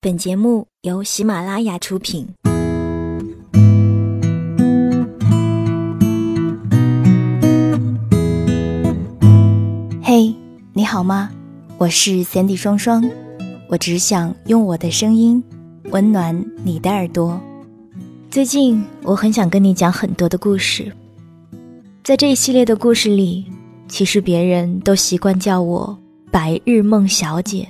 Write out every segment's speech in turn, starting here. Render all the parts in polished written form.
本节目由喜马拉雅出品。嘿，你好吗？我是 Sandy 双双，我只想用我的声音温暖你的耳朵。最近我很想跟你讲很多的故事，在这一系列的故事里，其实别人都习惯叫我白日梦小姐。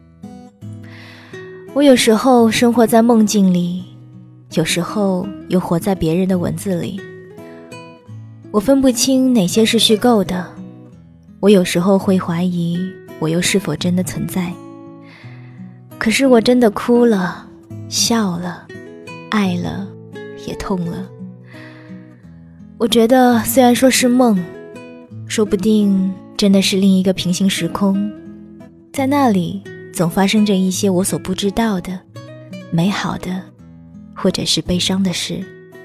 我有时候生活在梦境里，有时候又活在别人的文字里，我分不清哪些是虚构的，我有时候会怀疑我又是否真的存在。可是我真的哭了，笑了，爱了，也痛了。我觉得虽然说是梦，说不定真的是另一个平行时空，在那里总发生着一些我所不知道的美好的或者是悲伤的事。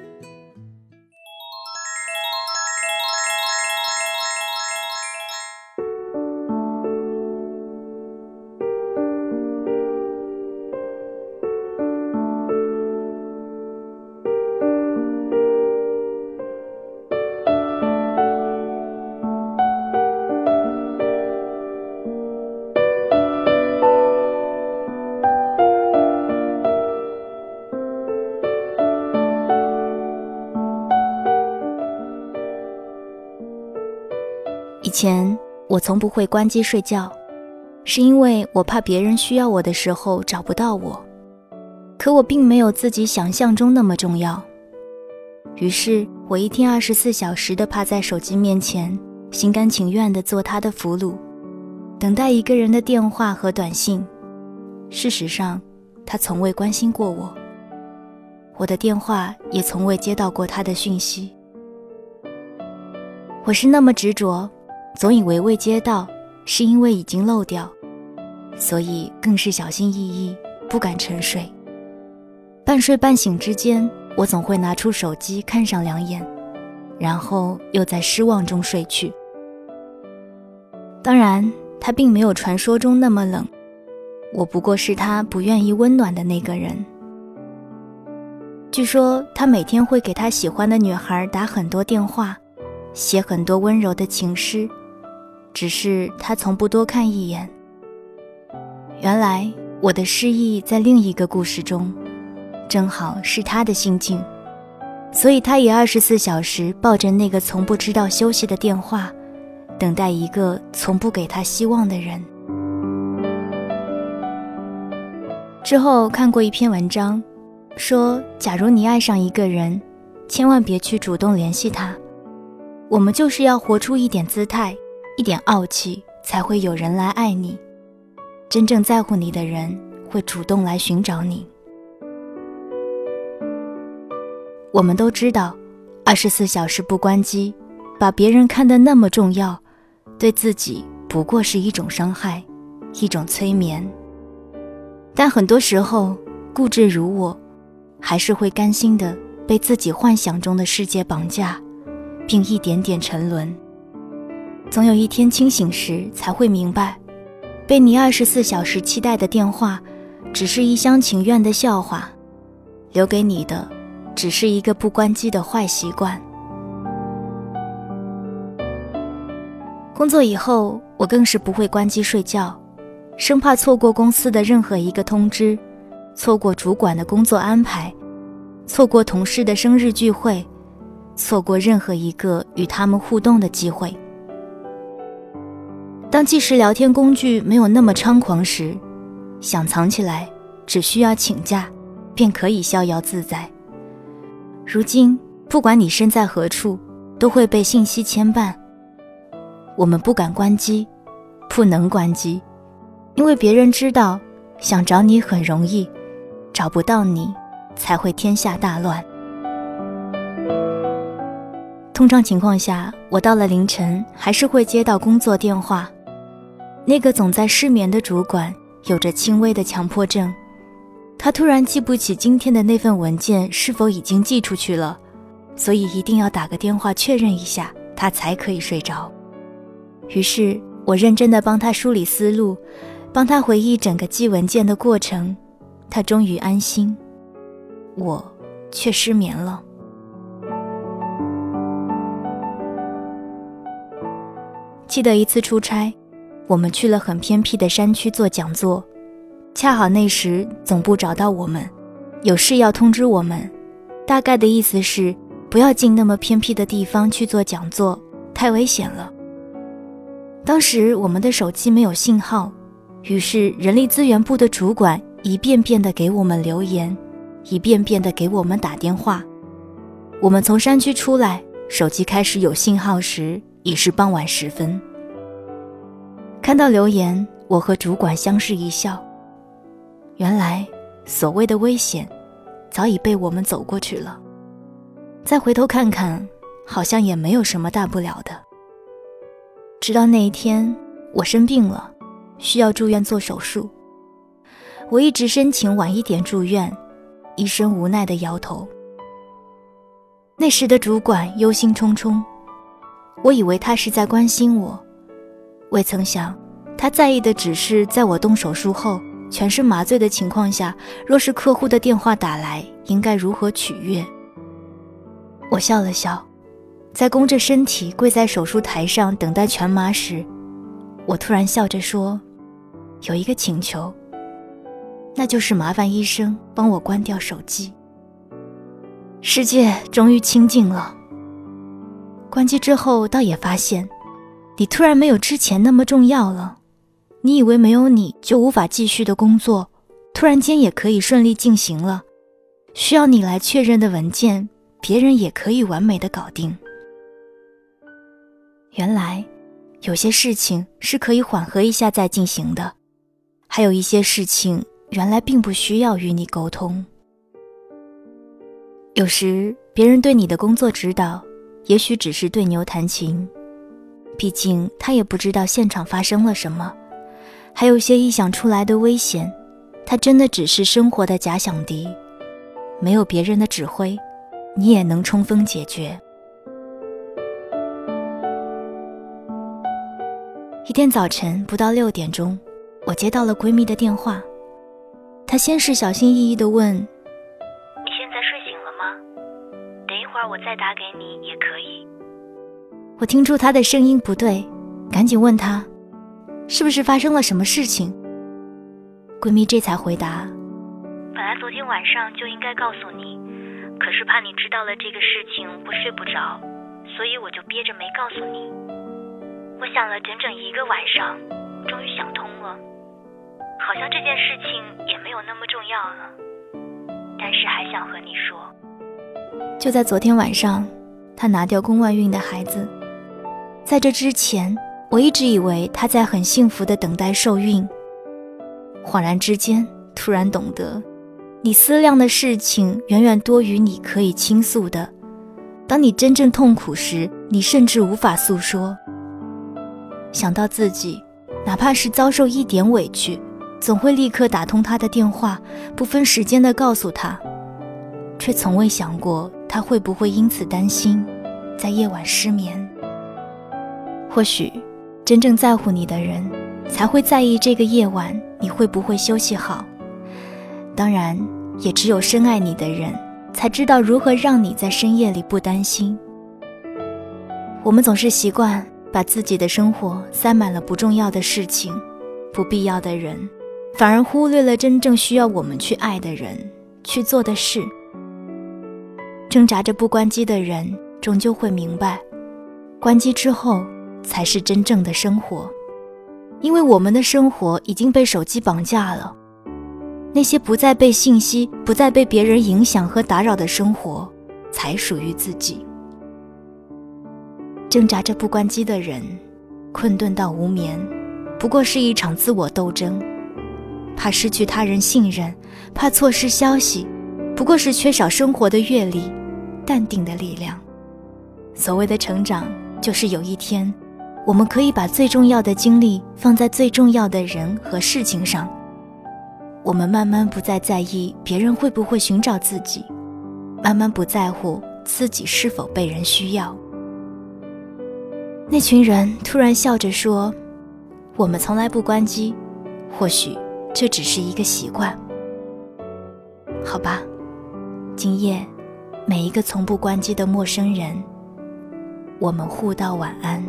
以前我从不会关机睡觉，是因为我怕别人需要我的时候找不到我。可我并没有自己想象中那么重要，于是我一天24小时地趴在手机面前，心甘情愿地做他的俘虏，等待一个人的电话和短信。事实上，他从未关心过我，我的电话也从未接到过他的讯息。我是那么执着，总以为未接到是因为已经漏掉，所以更是小心翼翼，不敢沉睡。半睡半醒之间，我总会拿出手机看上2眼，然后又在失望中睡去。当然，他并没有传说中那么冷，我不过是他不愿意温暖的那个人。据说他每天会给他喜欢的女孩打很多电话，写很多温柔的情诗，只是他从不多看一眼。原来我的失意在另一个故事中，正好是他的心境，所以他也24小时抱着那个从不知道休息的电话，等待一个从不给他希望的人。之后看过一篇文章，说假如你爱上一个人，千万别去主动联系他，我们就是要活出一点姿态，一点傲气，才会有人来爱你。真正在乎你的人会主动来寻找你。我们都知道24小时不关机，把别人看得那么重要，对自己不过是一种伤害，一种催眠。但很多时候，固执如我，还是会甘心地被自己幻想中的世界绑架，并一点点沉沦。总有一天清醒时才会明白，被你24小时期待的电话只是一厢情愿的笑话，留给你的只是一个不关机的坏习惯。工作以后，我更是不会关机睡觉，生怕错过公司的任何一个通知，错过主管的工作安排，错过同事的生日聚会，错过任何一个与他们互动的机会。当即时聊天工具没有那么猖狂时，想藏起来只需要请假便可以逍遥自在。如今不管你身在何处，都会被信息牵绊。我们不敢关机，不能关机，因为别人知道想找你很容易，找不到你才会天下大乱。通常情况下，我到了凌晨还是会接到工作电话。那个总在失眠的主管有着轻微的强迫症，他突然记不起今天的那份文件是否已经寄出去了，所以一定要打个电话确认一下，他才可以睡着。于是我认真地帮他梳理思路，帮他回忆整个寄文件的过程， 他终于安心，我却失眠了。记得一次出差，我们去了很偏僻的山区做讲座，恰好那时总部找到我们，有事要通知我们，大概的意思是不要进那么偏僻的地方去做讲座，太危险了。当时我们的手机没有信号，于是人力资源部的主管一遍遍地给我们留言，一遍遍地给我们打电话。我们从山区出来，手机开始有信号时，已是傍晚时分。看到留言，我和主管相视一笑，原来所谓的危险早已被我们走过去了。再回头看看，好像也没有什么大不了的。直到那一天，我生病了，需要住院做手术。我一直申请晚一点住院，医生无奈地摇头。那时的主管忧心忡忡，我以为他是在关心我，未曾想他在意的只是在我动手术后全身麻醉的情况下，若是客户的电话打来，应该如何取悦。我笑了笑，在弓着身体跪在手术台上等待全麻时，我突然笑着说，有一个请求，那就是麻烦医生帮我关掉手机。世界终于清静了。关机之后倒也发现，你突然没有之前那么重要了。你以为没有你就无法继续的工作，突然间也可以顺利进行了。需要你来确认的文件，别人也可以完美的搞定。原来有些事情是可以缓和一下再进行的，还有一些事情原来并不需要与你沟通。有时别人对你的工作指导，也许只是对牛弹琴，毕竟他也不知道现场发生了什么。还有些臆想出来的危险，它真的只是生活的假想敌，没有别人的指挥，你也能冲锋解决。一天早晨不到6点钟，我接到了闺蜜的电话。她先是小心翼翼地问， 你现在睡醒了吗？等一会儿我再打给你也可以。 我听出她的声音不对，赶紧问她是不是发生了什么事情。闺蜜这才回答， 本来昨天晚上就应该告诉你，可是怕你知道了这个事情会睡不着，所以我就憋着没告诉你。我想了整整1个晚上，终于想通了，好像这件事情也没有那么重要了，但是还想和你说。 就在昨天晚上，她拿掉宫外孕的孩子。在这之前，我一直以为她在很幸福地等待受孕。恍然之间，突然懂得，你思量的事情远远多于你可以倾诉的。当你真正痛苦时，你甚至无法诉说。想到自己，哪怕是遭受一点委屈，总会立刻打通他的电话，不分时间地告诉他，却从未想过他会不会因此担心，在夜晚失眠。或许真正在乎你的人，才会在意这个夜晚你会不会休息好。当然，也只有深爱你的人，才知道如何让你在深夜里不担心。我们总是习惯把自己的生活塞满了不重要的事情，不必要的人，反而忽略了真正需要我们去爱的人，去做的事。挣扎着不关机的人，终究会明白，关机之后才是真正的生活。因为我们的生活已经被手机绑架了，那些不再被信息、不再被别人影响和打扰的生活，才属于自己。挣扎着不关机的人，困顿到无眠，不过是一场自我斗争。怕失去他人信任，怕错失消息，不过是缺少生活的阅历、淡定的力量。所谓的成长，就是有一天，我们可以把最重要的精力放在最重要的人和事情上。我们慢慢不再在意别人会不会寻找自己，慢慢不在乎自己是否被人需要。那群人突然笑着说，我们从来不关机，或许这只是一个习惯。 好吧，今夜每一个从不关机的陌生人，我们互道晚安。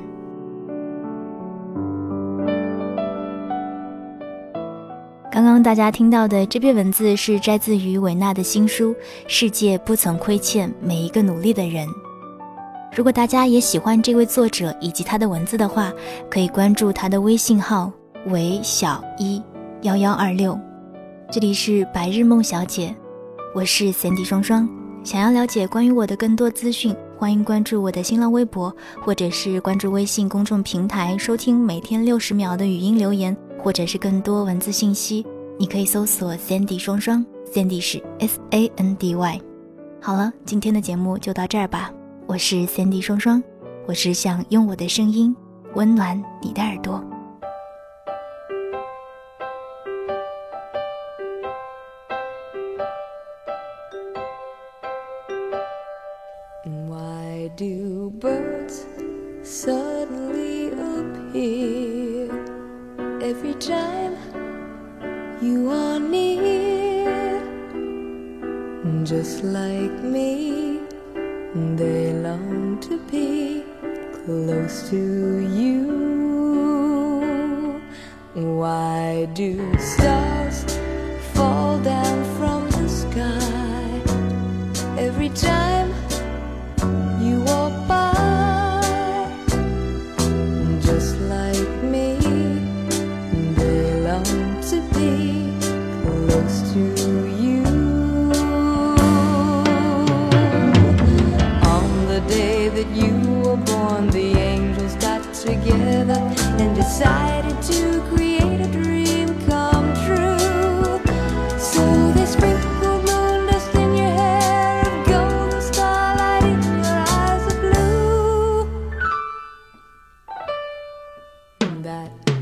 刚刚大家听到的这篇文字是摘自于韦纳的新书《世界不曾亏欠每一个努力的人》。如果大家也喜欢这位作者以及他的文字的话，可以关注他的微信号为小11126。这里是白日梦小姐，我是 Sandy 双双。想要了解关于我的更多资讯，欢迎关注我的新浪微博，或者是关注微信公众平台，收听每天60秒的语音留言，或者是更多文字信息，你可以搜索 Sandy 双双， Sandy 是 SANDY。 好了，今天的节目就到这儿吧。我是 Sandy 双双，我只想用我的声音温暖你的耳朵。 Why do birds suddenly appear every time you are near? Just like me, they long to be close to you. Why do stars fall down from the sky every time you walk by? Just like me, they long to be close to you. On the day that you were born, the angels got together and decided to create a dream come true. So they sprinkled moon dust in your hair of golden starlight in your eyes of blue. That